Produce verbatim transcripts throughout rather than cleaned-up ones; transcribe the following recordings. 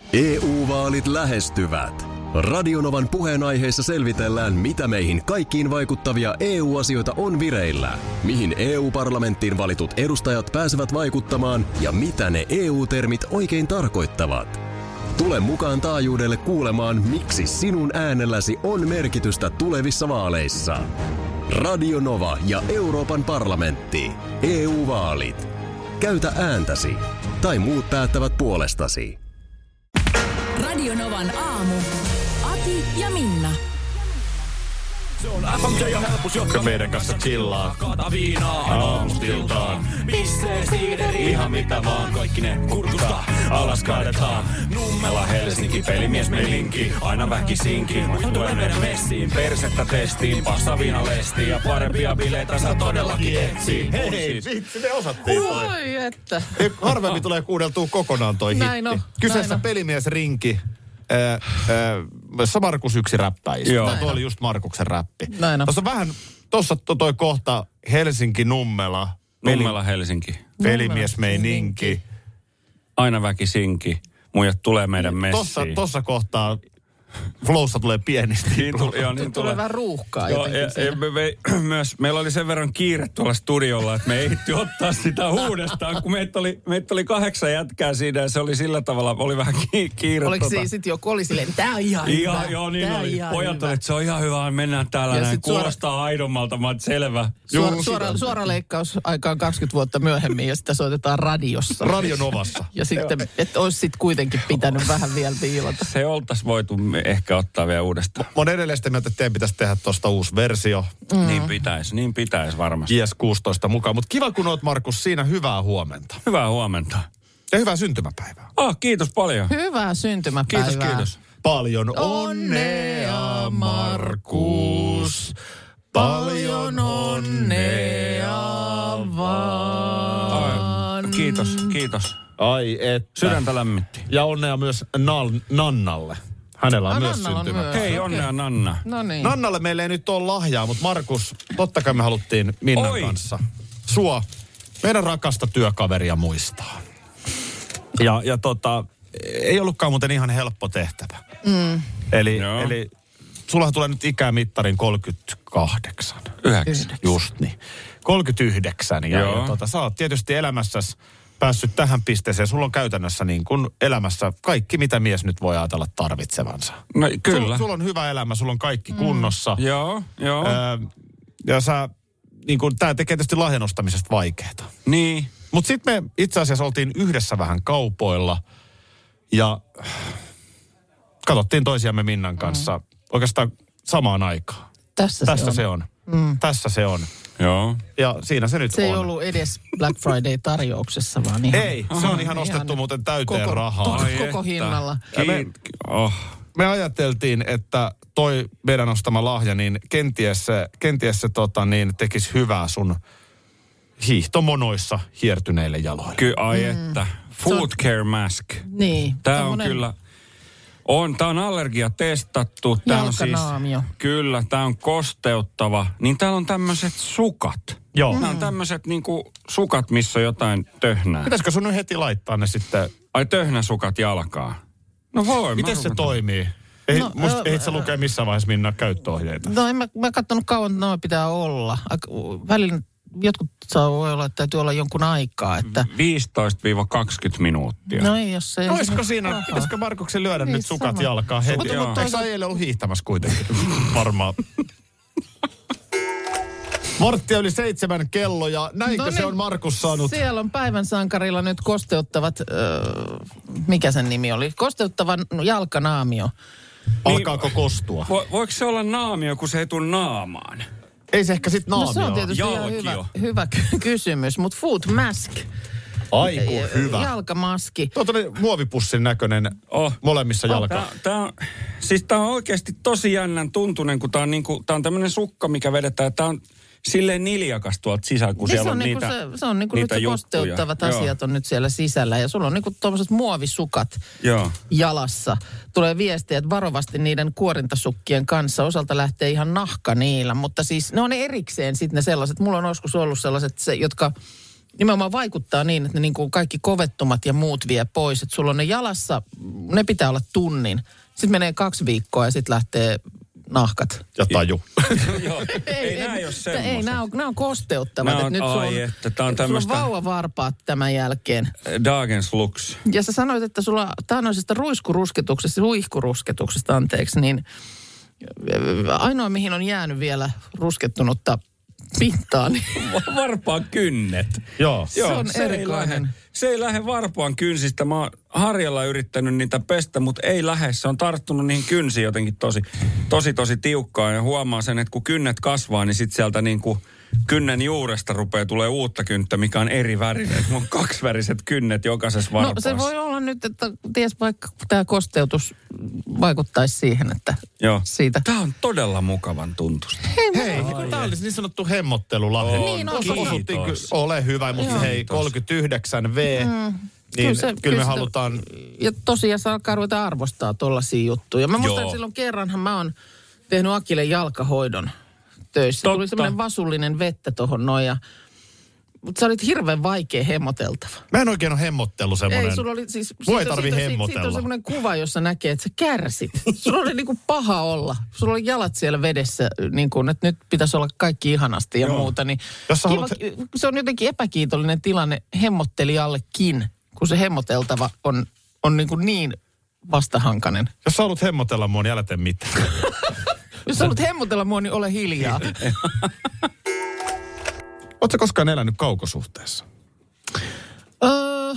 E U-vaalit lähestyvät. Radionovan puheenaiheessa selvitellään, mitä meihin kaikkiin vaikuttavia E U-asioita on vireillä, mihin E U-parlamenttiin valitut edustajat pääsevät vaikuttamaan ja mitä ne E U-termit oikein tarkoittavat. Tule mukaan taajuudelle kuulemaan, miksi sinun äänelläsi on merkitystä tulevissa vaaleissa. Radio Nova ja Euroopan parlamentti. E U-vaalit. Käytä ääntäsi. Tai muut päättävät puolestasi. Radio Novan aamu. Ati ja Minna. Se on F M J ja helpus, jotka meidän kanssa chillaa. Kaata viinaa aamustiltaan. Pissee, siideri, ihan mitä vaan. Kaikki ne kurkusta alas kaadetaan. Nummela, Helsinki, pelimies, melinki. Aina väkisinkin. Tulee meidän messiin. Persettä testiin, passa viina lestiin. Ja parempia bileitä saa todellakin etsiin. Hei, vitsi, me osattiin toi. Oi, että. Harvemmin tulee kuudeltua kokonaan toi Näin hitti. on, Kyseessä näin on. pelimies-rinki. Äh, Markus yksi räppäistä. Joo. Tuo oli just Markuksen räppi. Näin on. Tuossa vähän, tuossa toi kohta Helsinki-Nummela. Nummela, Helsinki. Pelimies-meininki. Aina väkisinki. Muijat tulee meidän Tossa, messiin. tossa kohtaa flowssa tulee pienisti. Niin tuli, joo, niin Tulee tulee. vähän ruuhkaa Joo, jotenkin ja, siinä. ja me, me, myös, meillä oli sen verran kiire tuolla studiolla, että me ei ehti ottaa sitä uudestaan, kun meitä oli, meitä oli kahdeksan jätkää siinä ja se oli sillä tavalla, oli vähän ki, kiire. Oliko tota. siinä sitten joku oli silleen, tää on ihan hyvä. Ihan, joo, niin tää on oli. ihan Pojat hyvä. oli, että se on ihan hyvä, mennään täällä Ja näin. sit suora- Kuulostaa aidommalta, mä oon selvä. Suora, Juu, suora, sitä- suora leikkaus aikaan kaksikymmentä vuotta myöhemmin ja sitä soitetaan radiossa. Radio Novassa. Ja sitten, että olisi sitten kuitenkin pitänyt vähän vielä viilata. Se oltais voitu ehkä ottaa vielä uudestaan. Mä oon edelleen sitä mieltä, että teidän pitäisi tehdä tosta uusi versio. Mm. Niin pitäisi, niin pitäisi varmasti. J S kuusitoista mukaan. Mutta kiva, kun oot, Markus, siinä. Hyvää huomenta. Hyvää huomenta. Ja hyvää syntymäpäivää. Ah, kiitos paljon. Hyvää syntymäpäivää. Kiitos, kiitos. Paljon onnea, Markus. Paljon onnea vaan. Kiitos, kiitos. Ai että. Sydäntä lämmitti. Ja onnea myös Nal- Nannalle. Hänellä on Ah, myös Nannalla on syntymäpäivä. myös. Hei, onnea Nanna. No niin. Nannalle meille ei nyt ole lahjaa, mutta Markus, totta kai me haluttiin Minnan Oi. kanssa sua, meidän rakasta työkaveria muistaa. Ja, ja tota, ei ollutkaan muuten ihan helppo tehtävä. Mm. Eli, Joo. eli sullahan tulee nyt ikämittarin kolmekymmentäkahdeksan. Yhdeksän. Just niin. kolmekymmentäyhdeksän. Ja, Joo. ja tota, sä oot tietysti elämässäsi päässyt tähän pisteeseen. Sulla on käytännössä niin kuin elämässä kaikki, mitä mies nyt voi ajatella tarvitsevansa. No Sulla, kyllä. sulla on hyvä elämä, sulla on kaikki kunnossa. Joo, joo. Öö, ja sä, niin kun, tää tekee tietysti lahjan ostamisesta vaikeeta. Niin. Mutta sitten me itse asiassa oltiin yhdessä vähän kaupoilla ja katsottiin toisiamme Minnan kanssa mm. oikeastaan samaan aikaan. Tässä, Tässä se se on. on. Mm. Tässä se on. Joo. Ja siinä se nyt Se ei on. ollut edes Black Friday-tarjouksessa, vaan ihan... Ei, se on ihan ostettu muuten täyteen koko, rahaa. Koko, Ai koko että. hinnalla. Ja me- Kiit- oh. Me ajateltiin, että toi meidän ostama lahja, niin kenties se, kenties se tota, niin, tekisi hyvää sun hiihtomonoissa hiertyneille jaloille. Ky- ai että. Food care mask. Niin. Tää on tommonen- kyllä... On, tää on allergia testattu. Tää on siis, Jalkanaamio. kyllä, tää on kosteuttava. Niin täällä on tämmöiset sukat. Joo. Nämä on tämmöiset niinku sukat, missä on jotain töhnää. Pitäisikö sun nyt heti laittaa ne sitten? Ai töhnäsukat jalkaa. No voi. Miten mä se rupean- toimii? Ei, No, no, musta, ö, ei se lukee missään vaiheessa Minna käyttöohjeita. No en mä, mä katsonut kauan, että noin pitää olla. Aika- Välillä jotkut saa voi olla, että täytyy olla jonkun aikaa, että... viisitoista kaksikymmentä minuuttia. No ei, jos se... Olisiko siinä, pitäisikö Markuksen lyödä Niin, nyt sukat sama. jalkaan heti? Mutta- mutta Eikö sä eilen ollut hiihtämässä kuitenkin? Varmaan. Morttia yli seitsemän kello ja näinkö No se niin, on Markus saanut? Siellä on päivän sankarilla nyt kosteuttavat, öö, mikä sen nimi oli? Kosteuttavan jalkanaamio. Alkaako kostua? Vo, voiko se olla naamio, kun se ei tule naamaan? Ei se ehkä sit naamio. No se on tietysti ihan Jalkio. hyvä, hyvä ky- kysymys, mutta food mask. Aiku hyvä. Jalkamaski. Tuo on tuollainen muovipussin näköinen Oh. molemmissa jalka. Tää, tää on, siis tää on oikeasti tosi jännän tuntunen, kun tää on, niinku, tää on tämmönen sukka, mikä vedetään. Tää on silleen niljakas tuolta sisältä, kun Niin siellä se on, on, niinku niitä se, se on niinku nyt niitä se juttuja. kosteuttavat Joo. asiat on nyt siellä sisällä. Ja sulla on niinku tuommoiset muovisukat Joo. jalassa. Tulee viestiä, että varovasti niiden kuorintasukkien kanssa. Osalta lähtee ihan nahka niillä, mutta siis ne on erikseen sitten ne sellaiset. Mulla on joskus ollut sellaiset, se, jotka nimenomaan vaikuttaa niin, että ne niin kuin kaikki kovettumat ja muut vie pois. Että sulla on ne jalassa, ne pitää olla tunnin. Sitten menee kaksi viikkoa ja sitten lähtee nahkat. Ja taju. Joo, ei, ei nämä ole semmoiset. Ei, nämä on, nämä on kosteuttavat. Nämä on, nyt ai, sulla, että tää on sulla tämmöistä on vauvavarpaat tämän jälkeen. Dagens lux. Ja sä sanoit, että sulla taannoisesta ruiskurusketuksesta, ruihkurusketuksesta, anteeksi, niin ainoa mihin on jäänyt vielä ruskettunutta pintaa, niin Varpaan kynnet. Joo. se on se erikoinen. Ei lähe, se ei lähde varpaan kynsistä. Mä oon harjalla yrittänyt niitä pestä, mutta ei lähde. Se on tarttunut niihin kynsiin jotenkin tosi, tosi, tosi tiukkaan. Ja huomaa sen, että kun kynnet kasvaa, niin sit sieltä niin kuin kynnen juuresta rupeaa tulee uutta kynttä, mikä on eri värinen. Mulla on kaksiväriset kynnet jokaisessa varpaassa. No se voi olla nyt, että ties vaikka tämä kosteutus vaikuttaisi siihen, että Joo. siitä. Tämä on todella mukavan tuntusta. Hei, Hei, tämä olisi niin sanottu hemmottelulahja. On. Niin on. Tuossa osuttiin, ky- ole hyvä, mutta Joo. hei, kolmekymmentäyhdeksän V, mm. niin Kyllä kyllä, se- kyllä kyllä me sitä- halutaan... Ja tosiaan saa alkaa ruveta arvostaa tollaisia juttuja. Mä muistan, Joo. että silloin kerranhan mä oon tehnyt Akille jalkahoidon töissä. Totta. Tuli semmoinen vasullinen vettä tohon noin ja... Mutta sä olit hirveän vaikea hemmoteltava. Mä en oikein ole hemmottelu semmoinen. Ei, sulla oli siis... Mua ei siitä- tarvii siitä- siitä- hemmotella. Siitä on semmoinen kuva, jossa näkee, että sä kärsit. Sulla oli niinku paha olla. Sulla oli jalat siellä vedessä, niin kuin, että nyt pitäisi olla kaikki ihanasti ja Joo. muuta. Niin Jos sä kiva, haluat- Se on jotenkin epäkiitollinen tilanne hemmottelijallekin, kun se hemmoteltava on, on niin, kuin niin vastahankainen. Jos sä haluat hemmotella mua, niin älä tee mitään. Jos sä haluat hemmotella mua, niin ole hiljaa. Ootko koskaan elänyt kaukosuhteessa? Öö,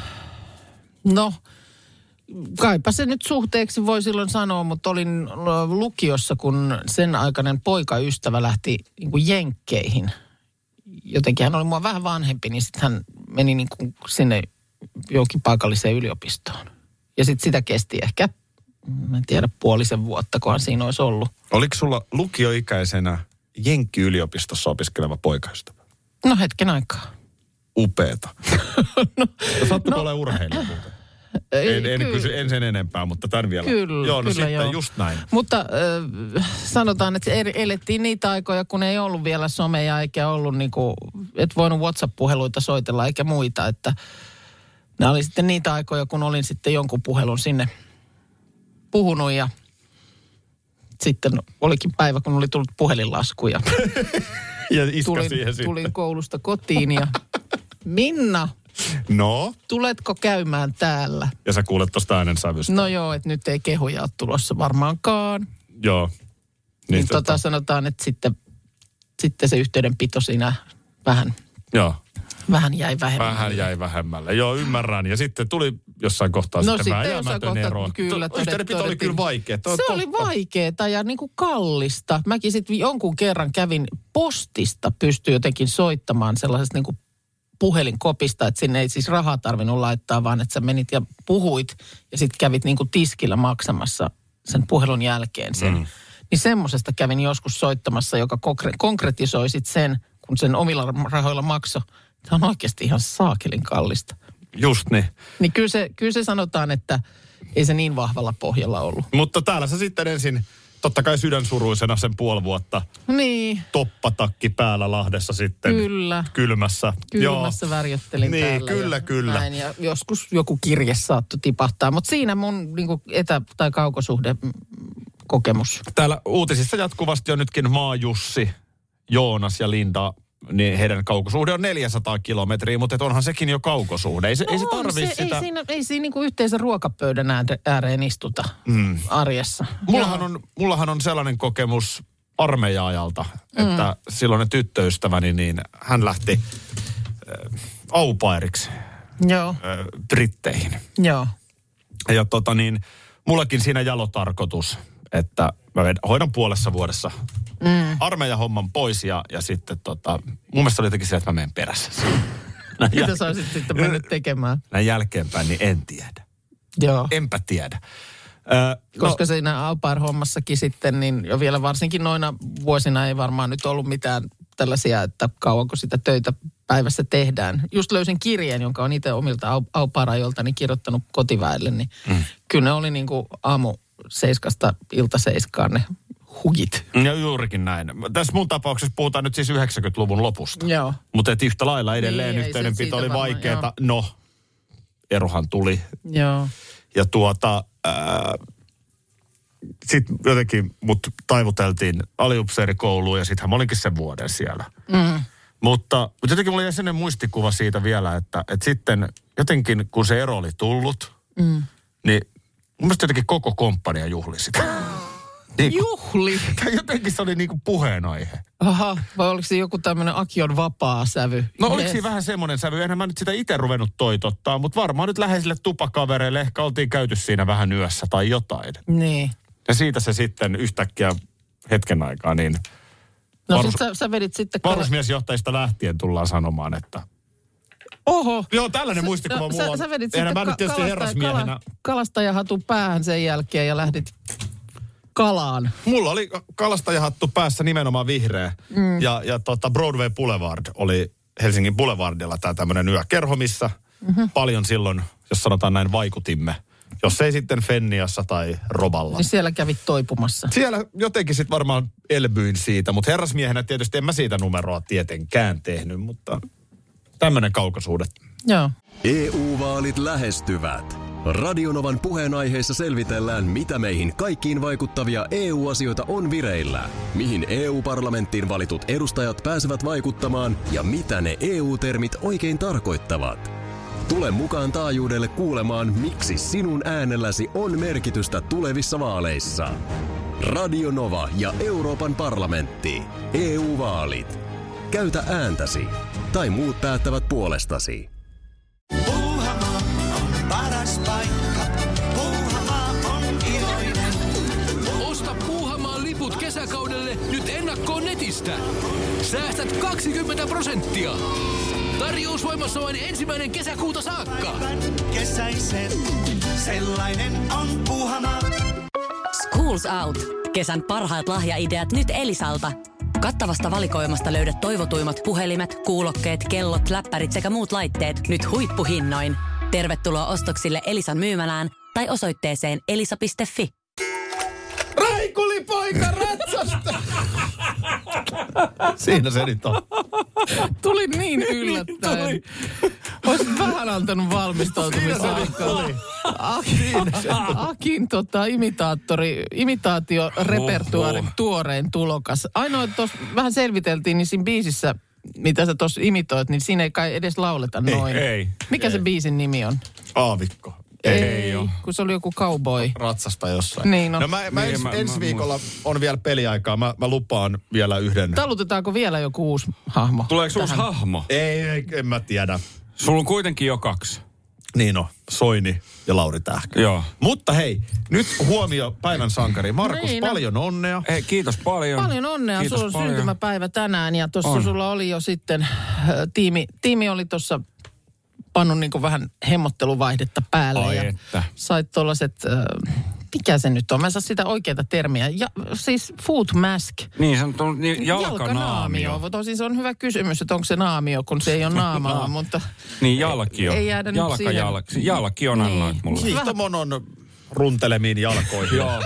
no, kaipa se nyt suhteeksi voi silloin sanoa, mutta olin lukiossa, kun sen aikainen poikaystävä lähti niin kuin jenkkeihin. Jotenkin hän oli mua vähän vanhempi, niin sitten hän meni niin kuin sinne johonkin paikalliseen yliopistoon. Ja sitten sitä kesti ehkä, mä en tiedä, puolisen vuotta, kunhan siinä olisi ollut. Oliko sulla lukioikäisenä Jenkki-yliopistossa opiskeleva poikaystävä? No hetken aikaa. Upeeta. no, Sattuiko no, ole urheilija muuten? ei, En, en kyllä. kysy en sen enempää, mutta tämän vielä. Kyllä, Joo, no kyllä, sitten joo. just näin. Mutta äh, sanotaan, että el- elettiin niitä aikoja, kun ei ollut vielä someja eikä ollut niinku, et voinut WhatsApp-puheluita soitella eikä muita, että nämä oli sitten niitä aikoja, kun olin sitten jonkun puhelun sinne puhunut ja sitten olikin päivä, kun oli tullut puhelinlasku ja Ja iska tulin, siihen tulin sitten. koulusta kotiin ja Minna, No, tuletko käymään täällä? ja sä kuulet tosta äänensävystä. No joo, että nyt ei kehuja ole tulossa varmaankaan. Joo. Niin tota, sanotaan, että sitten, sitten se yhteydenpito siinä vähän, Joo, vähän jäi vähemmän. vähän jäi vähemmälle. Joo, ymmärrän. Ja sitten tuli jossain kohtaa No sitten sitten vähän jossain jäämätön kohtaa ero. kyllä Tu- Yhteydenpito oli todettiin. kyllä vaikea. Toi on Se oli totta. vaikeeta ja niin kuin kallista. Mäkin sitten jonkun kerran kävin postista, pystyi jotenkin soittamaan sellaisesta niin kuin puhelinkopista, että sinne ei siis rahaa tarvinnut laittaa, vaan että sä menit ja puhuit ja sitten kävit niin kuin tiskillä maksamassa sen puhelun jälkeen sen. Mm. Niin semmosesta kävin joskus soittamassa, joka konkre- konkretisoi sit sen, kun sen omilla rahoilla maksoi. Tämä on oikeasti ihan saakelin kallista. Just niin. Niin kyllä se, kyllä se sanotaan, että ei se niin vahvalla pohjalla ollut. Mutta täällä sä sitten ensin, totta kai sydänsuruisena sen puoli vuotta, Niin, toppatakki päällä Lahdessa sitten. kyllä. Kylmässä. Kylmässä värjöttelin Niin, täällä. kyllä, ja kyllä. Näin, ja joskus joku kirje saattoi tipahtaa. Mutta siinä mun niin kuin etä- tai kaukosuhde mm, kokemus. Täällä uutisissa jatkuvasti on nytkin Maajussi, Joonas ja Linda, niin heidän kaukosuhde on neljäsataa kilometriä, mutta et onhan sekin jo kaukosuhde. Ei se, ei se On tarvii se, sitä. Ei siinä, ei siinä niin kuin yhteisen ruokapöydän äär- ääreen istuta mm. arjessa. Mullahan Joo. on, mullahan on sellainen kokemus armeija-ajalta, että mm. silloinen tyttöystäväni, niin hän lähti äh, aupairiksi Joo, äh, Britteihin. joo. Ja tota niin, mullakin siinä jalotarkoitus, että mä ved- hoidan puolessa vuodessa mm. armeijahomman pois ja, ja sitten tota, mun mielestä oli jotenkin se, että mä menen perässä. Näin, Mitä jäl- sä olisit sitten mennyt tekemään? näin jälkeenpäin, niin en tiedä. Joo. Enpä tiedä. Ö, Koska no, siinä au pair-hommassakin sitten, niin jo vielä varsinkin noina vuosina ei varmaan nyt ollut mitään tällaisia, että kauanko sitä töitä päivässä tehdään. Just löysin kirjeen, jonka on itse omilta au, au pair-ajoiltani kirjoittanut kotiväelle, niin mm. kyllä ne oli niin kuin aamu seiskasta ilta seiskaan ne hugit. Ja juurikin näin. Tässä mun tapauksessa puhutaan nyt siis yhdeksänkymmentäluvun lopusta. Joo. Mutta yhtä lailla edelleen niin, yhteydenpito oli varmaan, vaikeeta. No, erohan tuli. Joo. Ja tuota, ää, sitten jotenkin mut taivuteltiin aliupseerikouluun ja sittenhän mä olinkin sen vuoden siellä. Mm. Mutta, mutta jotenkin mulla jäi sellainen muistikuva siitä vielä, että, että sitten jotenkin kun se ero oli tullut, mm. niin mun mielestä jotenkin koko komppania juhli sitä. Niin kuin, Juhli? jotenkin se oli niin kuin puheenaihe. Aha, vai oliko se joku tämmöinen Akion vapaa sävy? No oliko siinä vähän semmoinen sävy? Enhän mä nyt sitä itse ruvennut toitottaa, mutta varmaan nyt läheisille tupakavereille ehkä oltiin käyty siinä vähän yössä tai jotain. Niin. Ja siitä se sitten yhtäkkiä hetken aikaa niin... No varus, sit sä, sä vedit sitten... varusmiesjohtajista lähtien tullaan sanomaan, että... Oho! Joo, tällainen muistikuva no, mulla on. Sä, sä vedit Eihän sitten mä nyt tietysti kalastaja- herrasmiehenä. Kala, kalastajahatun päähän sen jälkeen ja lähdit kalaan. Mulla oli kalastajahattu päässä nimenomaan vihreä. Mm. Ja, ja tota Broadway Boulevard oli Helsingin Boulevardilla tämä tämmöinen yökerho, missä mm-hmm. paljon silloin, jos sanotaan näin, vaikutimme. Jos ei sitten Fenniassa tai Roballa. Niin siellä kävit toipumassa. Siellä jotenkin sitten varmaan elbyin siitä, mutta herrasmiehenä tietysti en mä siitä numeroa tietenkään tehnyt, mutta tämmöinen kaukosuhde. Joo. E U-vaalit lähestyvät. Radionovan puheenaiheessa selvitellään, mitä meihin kaikkiin vaikuttavia E U-asioita on vireillä, mihin E U-parlamenttiin valitut edustajat pääsevät vaikuttamaan ja mitä ne E U-termit oikein tarkoittavat. Tule mukaan taajuudelle kuulemaan, miksi sinun äänelläsi on merkitystä tulevissa vaaleissa. Radio Nova ja Euroopan parlamentti. E U-vaalit. Käytä ääntäsi. Tai muut päättävät puolestasi. Puuhamaa on paras paikka. Puuhamaa on iloinen. Osta Puuhamaan liput kesäkaudelle nyt ennakkoon netistä. Säästät kaksikymmentä prosenttia. Tarjous voimassa vain ensimmäinen kesäkuuta saakka. Kesäisen, sellainen on Puuhamaa. Schools Out. Kesän parhaat lahjaideat nyt Elisalta. Kattavasta valikoimasta löydät toivotuimmat puhelimet, kuulokkeet, kellot, läppärit sekä muut laitteet nyt huippuhinnoin. Tervetuloa ostoksille Elisan myymälään tai osoitteeseen elisa piste fi. Raikuli poika ratsasta! Siinä se nyt on. Tuli niin yllättäen. Olisit vähän antanut valmistautumisaikaa. Akin, Akin tota, imitaattori, imitaatiorepertuaarin tuorein tulokas. Ainoa, että tuossa vähän selviteltiin, niin siinä biisissä, mitä sä tuossa imitoit, niin siinä ei kai edes lauleta noin. Ei, ei. Mikä ei. se biisin nimi on? Aavikko. Ei, ei ole. Kun se oli joku cowboy. Ratsasta jossain. Niin no. No mä, mä Niin, ens, mä- ensi mä- viikolla on vielä peliaikaa. Mä, mä lupaan vielä yhden. Talutetaanko vielä joku uusi hahmo? Tuleeko uusi tähän? hahmo? Ei, ei, en mä tiedä. Sulla on kuitenkin jo kaksi. Niin on, Soini ja Lauri Tähkö. Joo. Mutta hei, nyt huomio päivän sankari. Markus, Niin, no. paljon onnea. Hei, kiitos paljon. Paljon onnea. Kiitos Sulla on paljon. syntymäpäivä tänään ja tuossa On. sulla oli jo sitten, äh, tiimi, tiimi oli tuossa pannut niin kuin vähän hemmotteluvaihdetta päälle. Ai ja että. sait tollaset, äh, mikä se nyt on? Mä en saa sitä oikeaa termiä. Ja, siis foot mask. Niin sanottu niin jalkanaamio. Tosin se on hyvä kysymys, että onko se naamio, kun se ei ole naamalla, mutta Niin jalki on. ei jäädä nyt Jalka, siihen. jalki. Jalki on Niin. annoit mulle. Hiihtomonon runtelemiin jalkoihin. Joo.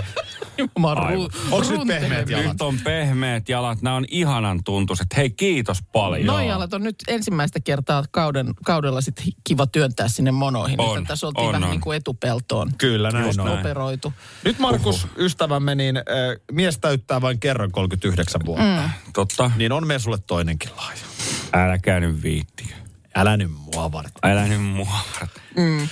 Mä ru- Onks nyt runtelemaan. pehmeät jalat? Nyt on pehmeät jalat. Nämä on ihanan tuntuiset. Hei, kiitos paljon. Noi jalat on nyt ensimmäistä kertaa kauden, kaudella sit kiva työntää sinne monoihin. On, Nyt tässä oltiin on, vähän on. niin kuin etupeltoon. Kyllä, näin Just on. operoitu. Nyt Markus, ystävämme, niin äh, mies täyttää vain kerran kolmekymmentäyhdeksän vuotta. Mm. Totta. Niin on me sulle toinenkin lahja. Älkää nyt viittikö. Älä nyt mua varten. Älä nyt mua. Mm.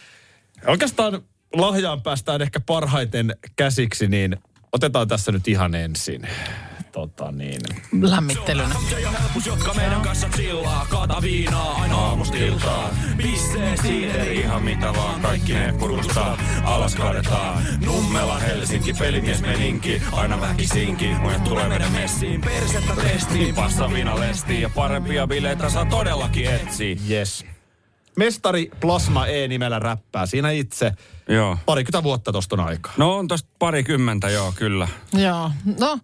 Oikeastaan lahjaan päästään ehkä parhaiten käsiksi, niin otetaan tässä nyt ihan ensin. Tota niin. Lämmittelynä. Ja helpus, jotka meidän kanssa chillaa. Kaata viinaa aina aamustiltaan. Pissee siideri, Ihan mitä vaan, kaikki ne kurkustaa. Alas kaadetaan. Nummela, Helsinki, pelimies meninki. Aina väkisinkin, mulle tulee meidän messiin. persettä testiin. Passa viina lestiin ja parempia bileitä saa todellakin etsiä. Yes. Mestari Plasma E-nimellä räppää. Siinä itse Joo. parikymmentä vuotta tosta on aikaa. No on tosta parikymmentä, joo, kyllä. Joo, no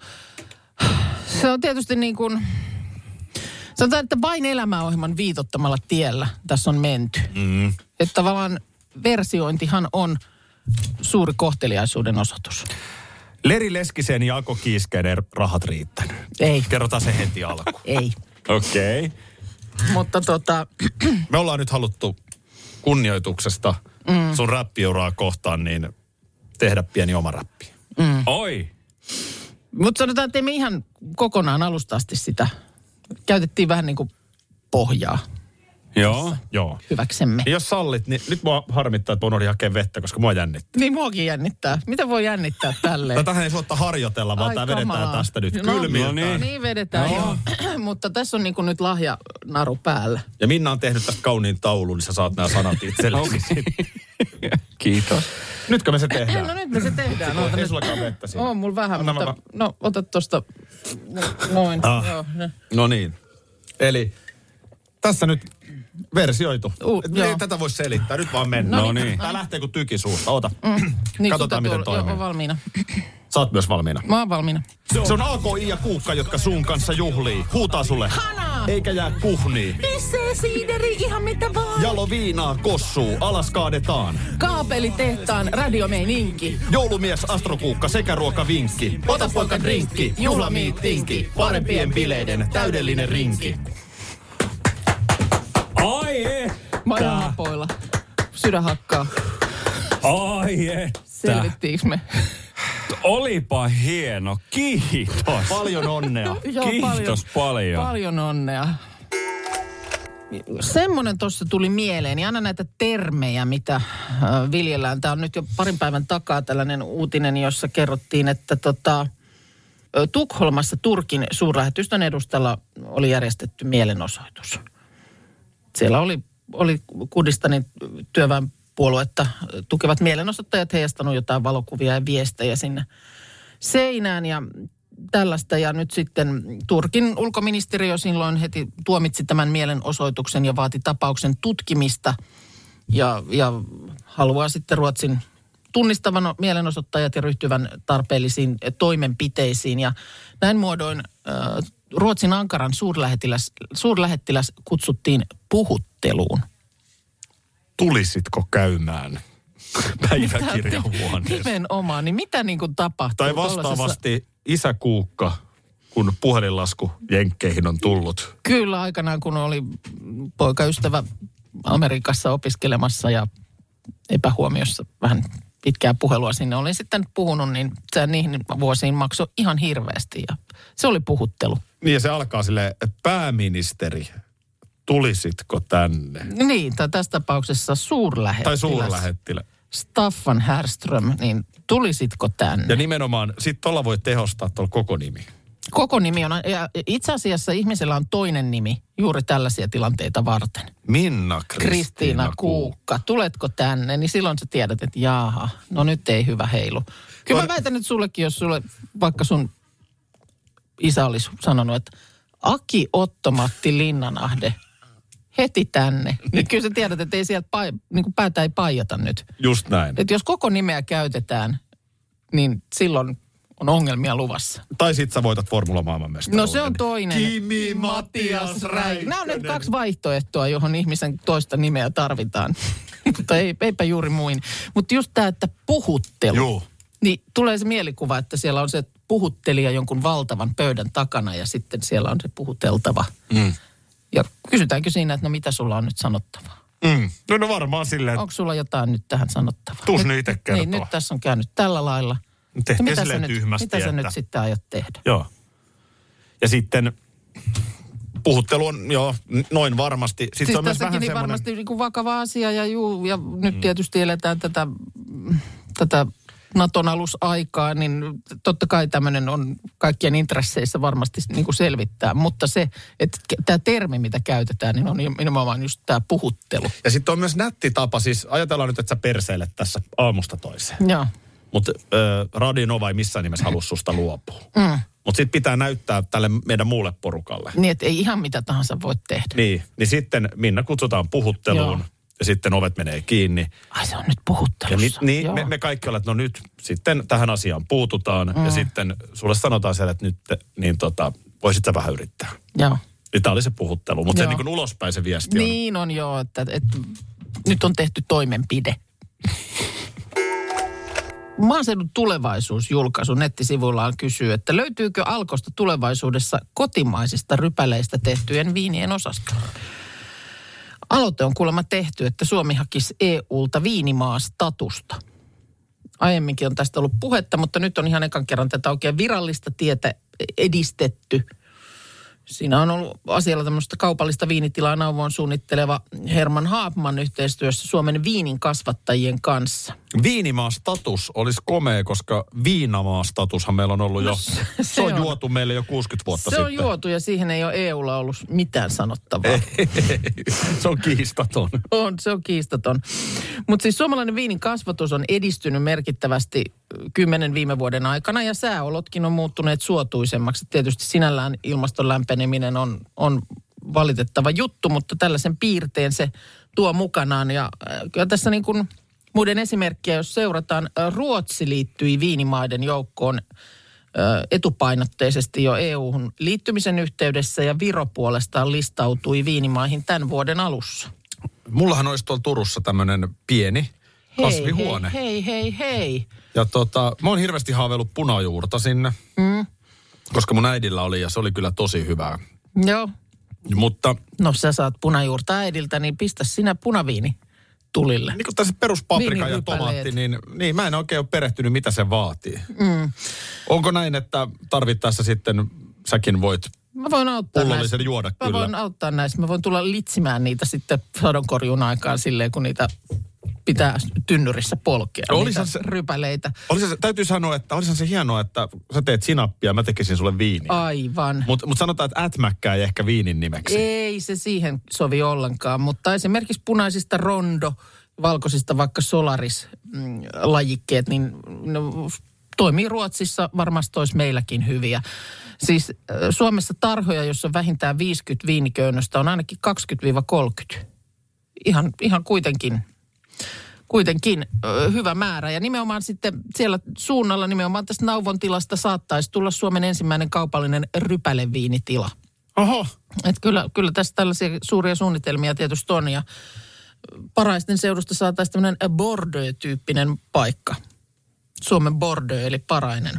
se on tietysti niin kuin, sanotaan, että vain elämäohjelman viitottamalla tiellä tässä on menty. Mm. Että tavallaan versiointihan on suuri kohteliaisuuden osoitus. Leri Leskisen ja Ako Kiiskeiden rahat riittänyt. Ei. Kerrotaan se heti alkuun. Ei. Okei. Okay. Mutta tota... Me ollaan nyt haluttu kunnioituksesta mm. sun räppiuraa kohtaan, niin tehdä pieni oma räppi. Mm. Oi! Mutta sanotaan, että emme ihan kokonaan alusta asti sitä. Käytettiin vähän niin kuin pohjaa. Joo. Joo. Hyväksemme. Ja jos sallit, niin nyt mua harmittaa, että unohdin hakea vettä, koska mua jännittää. Niin muakin jännittää. Miten voi jännittää tälleen? Tätähän ei suotta harjoitella, vaan tää vedetään tästä nyt no, kylmiltään. No niin. niin vedetään, no. joo. Mutta tässä on niin kuin nyt lahjanaru päällä. Ja Minna on tehnyt tästä kauniin taulun, niin sä saat nämä sanat itsellesi. Kiitos. Nytkö me se tehdään? No nyt me se tehdään. Ei nyt... sullakaan vettä siinä. On mulla vähän, Anna mutta... mä... No, ota tosta... Noin. Ah. Joo, no niin. Eli tässä nyt versioitu. Uh, Ei tätä voi selittää. Nyt vaan mennä. No niin. Tää lähtee kuin tyki suusta. Ota. Mm. Niin, katsotaan, miten tuolla, toimii. Joo, valmiina. Sä oot myös valmiina. Mä oon valmiina. Se on A K I ja Kuukka, jotka sun kanssa juhlii. Huutaa sulle. Hanaa! Eikä jää kuhnii. Pissee, siideri, ihan mitä vaan. Jalo viinaa kossuu, alas kaadetaan. Kaapelitehtaan radiomeininki. Joulumies Astrokuukka sekä ruokavinkki. Ota poika drinkki, juhlamiittinki. Parempien bileiden täydellinen rinki. Ai et! Majanapoilla. Sydän hakkaa. Ai että! Selvittiinkö me? Olipa hieno. Kiitos. Paljon onnea. Joo, Kiitos paljon. paljon. Paljon onnea. Semmoinen tuossa tuli mieleen, niin aina näitä termejä, mitä äh, viljellään. Tämä on nyt jo parin päivän takaa tällainen uutinen, jossa kerrottiin, että tota, Tukholmassa Turkin suurlähetystön edustalla oli järjestetty mielenosoitus. Siellä oli, oli Kurdistanin työväenpuoluetta tukevat mielenosoittajat heijastanut jotain valokuvia ja viestejä sinne seinään ja tällaista. Ja nyt sitten Turkin ulkoministeriö silloin heti tuomitsi tämän mielenosoituksen ja vaati tapauksen tutkimista ja, ja haluaa sitten Ruotsin tunnistavan mielenosoittajat ja ryhtyvän tarpeellisiin toimenpiteisiin. Ja näin muodoin äh, Ruotsin Ankaran suurlähettiläs, suurlähettiläs kutsuttiin puhutteluun. Tulisitko käymään päiväkirjahuoneessa? Nimenomaan, niin mitä niin kuin tapahtuu? Tai vastaavasti isä Kuukka, kun puhelinlasku Jenkkeihin on tullut. Kyllä, aikanaan kun oli poikaystävä Amerikassa opiskelemassa ja epähuomiossa vähän pitkää puhelua sinne olin sitten puhunut, niin se niihin vuosiin maksoi ihan hirveästi ja se oli puhuttelu. Niin ja se alkaa silleen, pääministeri, tulisitko tänne? Niin, tai tässä tapauksessa suurlähettiläs. Tai suurlähettilä. Staffan Härström, niin tulisitko tänne? Ja nimenomaan, sit tuolla voi tehostaa tuolla koko nimi. Koko nimi on, ja itse asiassa ihmisellä on toinen nimi juuri tällaisia tilanteita varten. Minna Kristiina, Kristiina Kuukka. Tuletko tänne? Niin silloin sä tiedät, että jaaha, no nyt ei hyvä heilu. Kyllä on... mä väitän nyt sullekin, jos sulle vaikka sun isä olisi sanonut, että Aki Otto-Matti Linnanahde, heti tänne. Niin kyllä sä tiedät, että ei sieltä pai, niin kuin päätä ei paijata nyt. Just näin. Että jos koko nimeä käytetään, niin silloin on ongelmia luvassa. Tai sit sä voitat Formula maailmanmestaruuden. No se on toinen. Kimi Matias Räikkönen. Nämä on nyt kaksi vaihtoehtoa, johon ihmisen toista nimeä tarvitaan. Mutta ei, eipä juuri muin. Mutta just tämä, että puhuttelu. Joo. Niin tulee se mielikuva, että siellä on se puhuttelija jonkun valtavan pöydän takana ja sitten siellä on se puhuteltava. Mm. Ja kysytäänkö siinä, että no mitä sulla on nyt sanottavaa? Mm. No, no varmaan silleen. Onko sulla jotain nyt tähän sanottavaa? Tuus nyt, nyt itse kertoa. Niin, nyt tässä on käynyt tällä lailla. Tehtiin mitä silleen sä tyhmästi, nyt, mitä sä että... nyt sitten aiot tehdä? Joo. Ja sitten puhuttelu on, joo, noin varmasti. Sitten siis on myös vähän niin semmoinen... varmasti niin kuin vakava asia ja juu, ja nyt mm. tietysti eletään tätä, tätä Naton alusaikaa, niin totta kai tämmöinen on kaikkien intresseissä varmasti niin kuin selvittää. Mutta se, että tämä termi, mitä käytetään, niin on nimenomaan just tämä puhuttelu. Ja sitten on myös nätti tapa, siis ajatellaan nyt, että sä perseilet tässä aamusta toiseen. Joo. Mutta äh, Radio Nova ei missään nimessä halua susta luopua. Mm. Mutta sitten pitää näyttää tälle meidän muulle porukalle. Niin, että ei ihan mitä tahansa voi tehdä. Niin, niin sitten Minna kutsutaan puhutteluun. Joo. Ja sitten ovet menee kiinni. Ai se on nyt puhuttelussa. Ja ni, niin, me, me kaikki olemme, että no nyt sitten tähän asiaan puututaan. Mm. Ja sitten sulle sanotaan siellä, että nyt niin tota, voisit sä vähän yrittää. Joo. Niin tämä oli se puhuttelu, mutta se niin kuin ulospäin se viesti on. Niin on joo, että, että nyt on tehty toimenpide. Maaseudun tulevaisuusjulkaisu nettisivuillaan kysyy, että löytyykö Alkosta tulevaisuudessa kotimaisista rypäleistä tehtyjen viinien osasto? Aloite on kuulemma tehty, että Suomi hakisi E U:lta viinimaastatusta. Aiemminkin on tästä ollut puhetta, mutta nyt on ihan ekan kerran tätä oikein virallista tietä edistetty. Siinä on ollut asialla tämmöistä kaupallista viinitilaa Nauvoon suunnitteleva Herman Haapman yhteistyössä Suomen viinin kasvattajien kanssa. Viinimaa-status olisi komea, koska viinamaa-statushan meillä on ollut jo. No, se, se, se on, on juotu meille jo kuusikymmentä vuotta se sitten. Se on juotu ja siihen ei ole E U:lla ollut mitään sanottavaa. Se on kiistaton. On, se on kiistaton. Mutta siis suomalainen viinin kasvatus on edistynyt merkittävästi kymmenen viime vuoden aikana ja sääolotkin on muuttuneet suotuisemmaksi. Tietysti sinällään ilmaston lämpeneminen on, on valitettava juttu, mutta tällaisen piirteen se tuo mukanaan. Ja kyllä tässä niin kuin muiden esimerkkiä, jos seurataan, Ruotsi liittyi viinimaiden joukkoon etupainotteisesti jo E U:hun liittymisen yhteydessä ja Viro puolestaan listautui viinimaihin tämän vuoden alussa. Mullahan olisi tuolla Turussa tämmöinen pieni kasvihuone. Hei, hei, hei, hei. Ja tota, mä oon hirveästi haaveillut punajuurta sinne, mm. koska mun äidillä oli ja se oli kyllä tosi hyvää. Joo. Mutta no sä saat punajuurta äidiltä, niin pistä sinä punaviini tulille. Niin kuin tässä peruspaprika ja tomaatti, niin, niin mä en oikein ole perehtynyt, mitä se vaatii. Mm. Onko näin, että tarvittaessa sitten säkin voit Mä voin auttaa pullollisen näissä. juoda Mä kyllä? voin auttaa näissä. Mä voin tulla litsimään niitä sitten sadonkorjun aikaan silleen, kun niitä pitää tynnyrissä polkea. Niitä se, rypäleitä. Se, täytyy sanoa, että olisihan se hienoa, että sä teet sinappia ja mä tekisin sulle viiniä. Aivan. Mutta mut sanotaan, että ätmäkkää ei ehkä viinin nimeksi. Ei se siihen sovi ollenkaan, mutta esimerkiksi punaisista rondo, valkoisista vaikka solaris-lajikkeet, niin ne toimii Ruotsissa, varmasti olisi meilläkin hyviä. Siis Suomessa tarhoja, jossa on vähintään viisikymmentä viiniköynnöstä, on ainakin kaksikymmentä kolmekymmentä. Ihan, ihan kuitenkin, kuitenkin ö, hyvä määrä. Ja nimenomaan sitten siellä suunnalla, nimenomaan tästä Nauvon tilasta saattaisi tulla Suomen ensimmäinen kaupallinen rypäleviinitila. Oho. Et kyllä, kyllä tässä tällaisia suuria suunnitelmia tietysti on. Ja Paraisten seudusta saataisiin tämmöinen Bordeaux-tyyppinen paikka. Suomen Bordeaux, eli Parainen.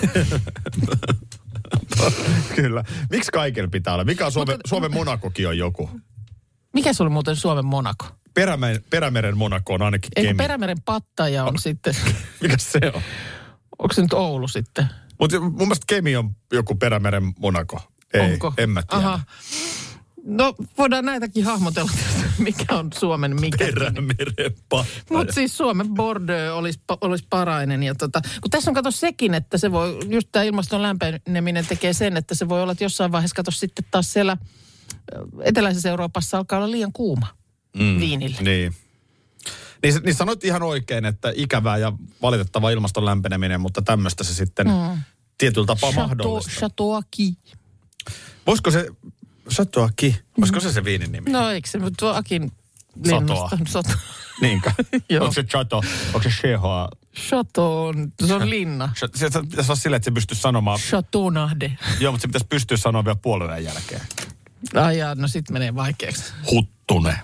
Kyllä. Miksi kaikilla pitää olla? Mikä on Suomen, Mutta, Suomen Monakokin on joku? Mikä se oli muuten Suomen Monako? Perämeren, Perämeren Monako on ainakin Kemi. Eikö Perämeren Pattaja on, on sitten? Mikä se on? Onko se nyt Oulu sitten? Mutta mun mielestä Kemi on joku Perämeren Monako. Ei, Onko? En mä tiedä. Aha. No voidaan näitäkin hahmotella, mikä on Suomen mikä. Perämeren Pattaja. Mutta siis Suomen Bordeaux olisi, olisi Parainen. Ja tota, kun tässä on kato sekin, että se voi, just tämä ilmaston lämpeneminen tekee sen, että se voi olla, että jossain vaiheessa kato sitten taas siellä eteläisessä Euroopassa alkaa olla liian kuuma mm, viinille. Niin. Niin, niin sanoit ihan oikein, että ikävää ja valitettava ilmaston lämpeneminen, mutta tämmöistä se sitten mm. tietyllä tapaa Chateau, mahdollista. Chateauaki. Voisiko se, Chateauaki, voisiko se se viinin nimi? No eikö se, tuo Akin linnasta. Sato. Niinkö? Onko se Chateau, onko se Chehoa? Chateau, se on linna. Se pitäisi olla silleen, että se pystyisi sanomaan. Chateaunahde. Joo, mutta se pitäisi pystyä sanomaan vielä puolueen jälkeen. Ai jaa, no sit menee vaikeaksi. Huttunen.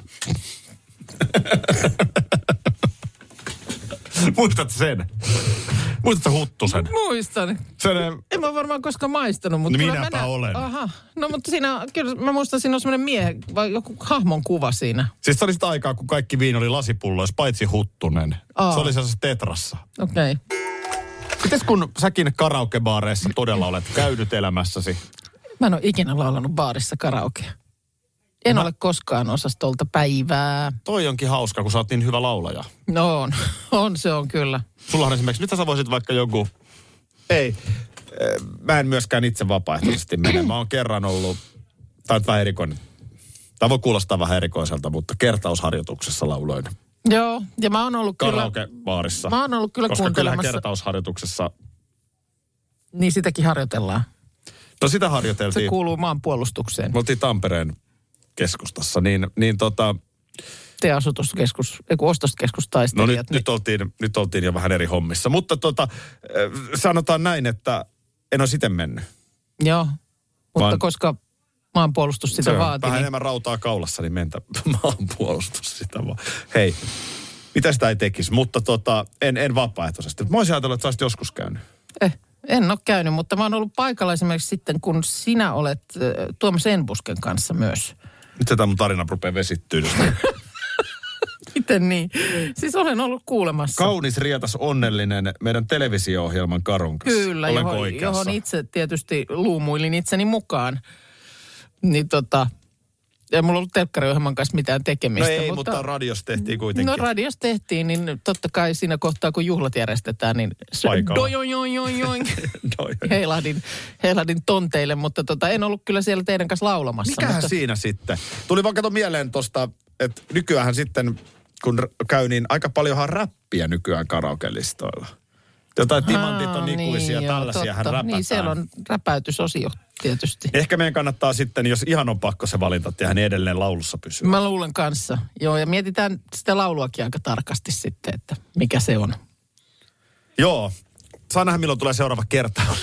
Muistatko sen? Muistatko Huttusen? Muistan. Sen, en mä varmaan koskaan maistanut, mutta... Minäpä mä olen. Aha. No mutta siinä, kyllä mä muistan, siinä on semmoinen miehe, vai joku hahmon kuva siinä. Siis se oli sitä aikaa, kun kaikki viini oli lasipulloissa, paitsi Huttunen. Aa. Se oli sellaisessa tetrassa. Okei. Okay. Mites kun säkin karaokebaareissa todella olet käynyt elämässäsi? Mä en ole ikinä laulanut baarissa karaokea. En mä... ole koskaan osastolta päivää. Toi onkin hauska, kun sä oot niin hyvä laulaja. No on, on se on kyllä. Sullahan esimerkiksi, mitä sä voisit vaikka joku... Ei, mä en myöskään itse vapaaehtoisesti mene. Mä oon kerran ollut, tää on vähän erikoinen, tää voi kuulostaa vähän erikoiselta, mutta kertausharjoituksessa lauloin. Joo, ja mä oon ollut kyllä... Karaokebaarissa. Mä oon ollut kyllä koska kuuntelemassa... Koska kertausharjoituksessa... Niin sitäkin harjoitellaan. No sitä harjoiteltiin. Se kuuluu maanpuolustukseen. Me oltiin Tampereen keskustassa, niin, niin tota... Te asutuskeskus, eiku ostoskeskustaistelijat. No nyt, niin... nyt, oltiin, nyt oltiin jo vähän eri hommissa. Mutta tota, sanotaan näin, että en ole siten mennyt. Joo, mutta Vaan... koska maanpuolustus sitä se vaatii. Vähän niin... enemmän rautaa kaulassa, niin mentä maanpuolustus sitä vaan. Hei, Mitä sitä ei tekisi, mutta tota, en, en vapaaehtoisesti. Mä olisin ajatellut, että sä olisit joskus käynyt. Eh, en ole käynyt, mutta mä oon ollut paikalla esimerkiksi sitten, kun sinä olet äh, Tuomas Enbusken kanssa myös. Nyt se tämä mun tarina rupeaa vesittyä. Miten niin? Siis olen ollut kuulemassa. Kaunis, rietas, onnellinen meidän televisio-ohjelman Karun kanssa. Kyllä, johon, johon itse tietysti luumuilin itseni mukaan. Niin tota, ei mulla ollut telkkariohjelman kanssa mitään tekemistä. No ei, mutta, mutta radios tehtiin kuitenkin. No radios tehtiin, niin totta kai siinä kohtaa, kun juhlat järjestetään, niin dojojojojojoin heilahdin, heilahdin tonteille, mutta tota, en ollut kyllä siellä teidän kanssa laulamassa. Mikähän mutta... siinä sitten? Tuli vaan kato mieleen tosta, että nykyään sitten, kun käy, niin aika paljonhan räppiä nykyään karaoke-listoilla. Jotain timantit on ikuisia, niin, tällaisia hän räpätään. Niin, siellä on räpäytysosio tietysti. Ehkä meidän kannattaa sitten, jos ihan on pakko se valinta, tehdä, niin edelleen laulussa pysyä. Mä luulen kanssa. Joo, ja mietitään sitä lauluakin aika tarkasti sitten, että mikä se on. Joo. Saa nähdä, milloin tulee seuraava kertaus.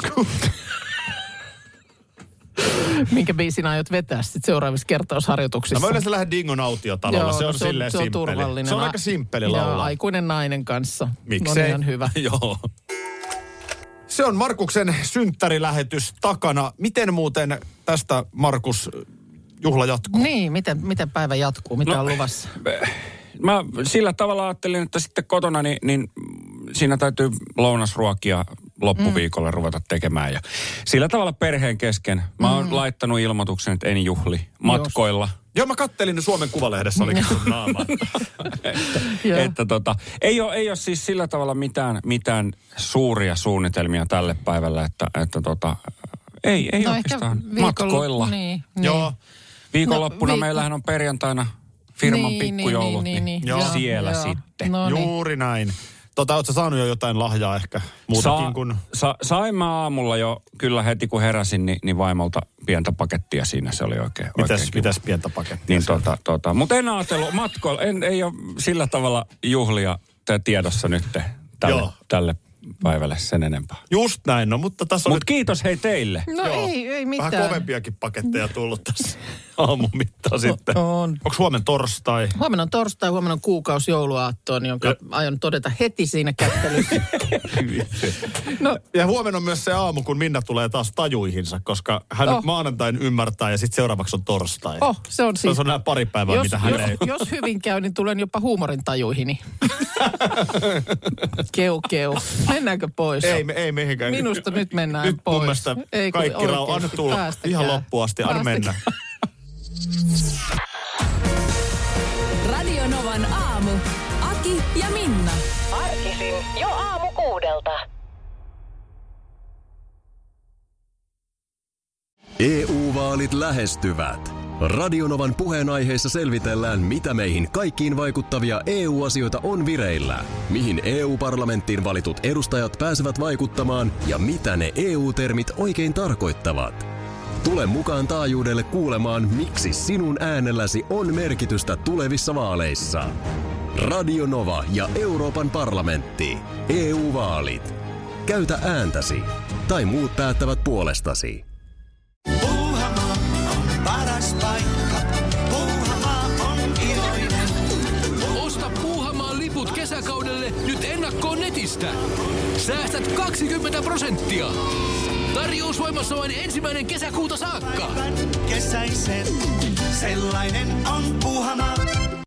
Minkä biisin aiot vetää sitten seuraavissa kertausharjoituksissa? No mä yleensä lähden Dingon autiotalolla. Joo, se on no, se on, silleen se on simppeli. turvallinen. Se on aika simppeli laulaa. Joo, aikuinen nainen kanssa. Miksei? On ihan hyvä. Joo. Se on Markuksen synttärilähetys takana. Miten muuten tästä, Markus, juhla jatkuu? Niin, miten, miten päivä jatkuu? Mitä no, on luvassa? Mä sillä tavalla ajattelin, että sitten kotona niin, niin siinä täytyy lounasruokia loppuviikolla mm. ruveta tekemään. Ja sillä tavalla perheen kesken. Mä oon mm. laittanut ilmoituksen, että en juhli matkoilla. Just. Joo, mä kattelin Suomen Kuvalehdessä, olikin sun naama. että, että tota, ei ole, ei ole siis sillä tavalla mitään, mitään suuria suunnitelmia tälle päivälle, että, että tota, ei, ei no oikeastaan viikolla, matkoilla. Niin, Joo. Viikonloppuna no, vi- meillähän on perjantaina firman niin, pikkujoulut, niin, niin, niin, niin, niin joo, siellä joo. sitten. No niin. Juuri näin. Tota, ootko sä saanut jo jotain lahjaa ehkä muutakin Sa, kuin... Sa, sain mä aamulla jo, kyllä heti kun heräsin, niin, niin vaimolta pientä pakettia siinä. Se oli oikein, mitäs, oikein mitäs pientä pakettia? Niin tota, tota, mutta en ajatellut matkoilla, en, ei ole sillä tavalla juhlia tiedossa nyt tälle, tälle päivälle sen enempää. Just näin, no mutta tässä on Mut nyt... kiitos hei teille. No Joo. ei, ei mitään. Vähän kovempiakin paketteja tullut tässä aamun mittaan sitten. On. Onko huomenna torstai? Huomenna on torstai, huomenna on kuukausi jouluaattoon, jonka ja. aion todeta heti siinä kättelyssä. no. Ja huomenna on myös se aamu, kun Minna tulee taas tajuihinsa, koska hän oh. maanantain ymmärtää ja sitten seuraavaksi on torstai. Oh, se on siis. Se on nämä pari päivää, jos, mitä hän jos, ei. Jos hyvin käy, niin tulen jopa huumorin tajuihini. Keu, keu. Mennäänkö pois? Ei, me, ei mihinkään. Minusta nyt mennään nyt pois. Nyt mun mielestä ei, kaikki rauha. Anna tulla päästäkään. Ihan loppuun asti. Anna mennä. Radio Novan aamu. Aki ja Minna. Arkisin jo aamu kuudelta. E U-vaalit lähestyvät. Radionovan puheenaiheessa selvitellään, mitä meihin kaikkiin vaikuttavia E U-asioita on vireillä, mihin E U-parlamenttiin valitut edustajat pääsevät vaikuttamaan ja mitä ne E U-termit oikein tarkoittavat. Tule mukaan taajuudelle kuulemaan, miksi sinun äänelläsi on merkitystä tulevissa vaaleissa. Radio Nova ja Euroopan parlamentti. E U-vaalit. Käytä ääntäsi. Tai muut päättävät puolestasi. Puuhamaa on paras paikka. Puuhamaa on iloinen. Osta Puuhamaan liput kesäkaudelle nyt ennakkoon netistä. Säästät kaksikymmentä prosenttia. Tarjous voimassa vain ensimmäinen kesäkuuta saakka. Kesäisen, sellainen on Puuhamaa.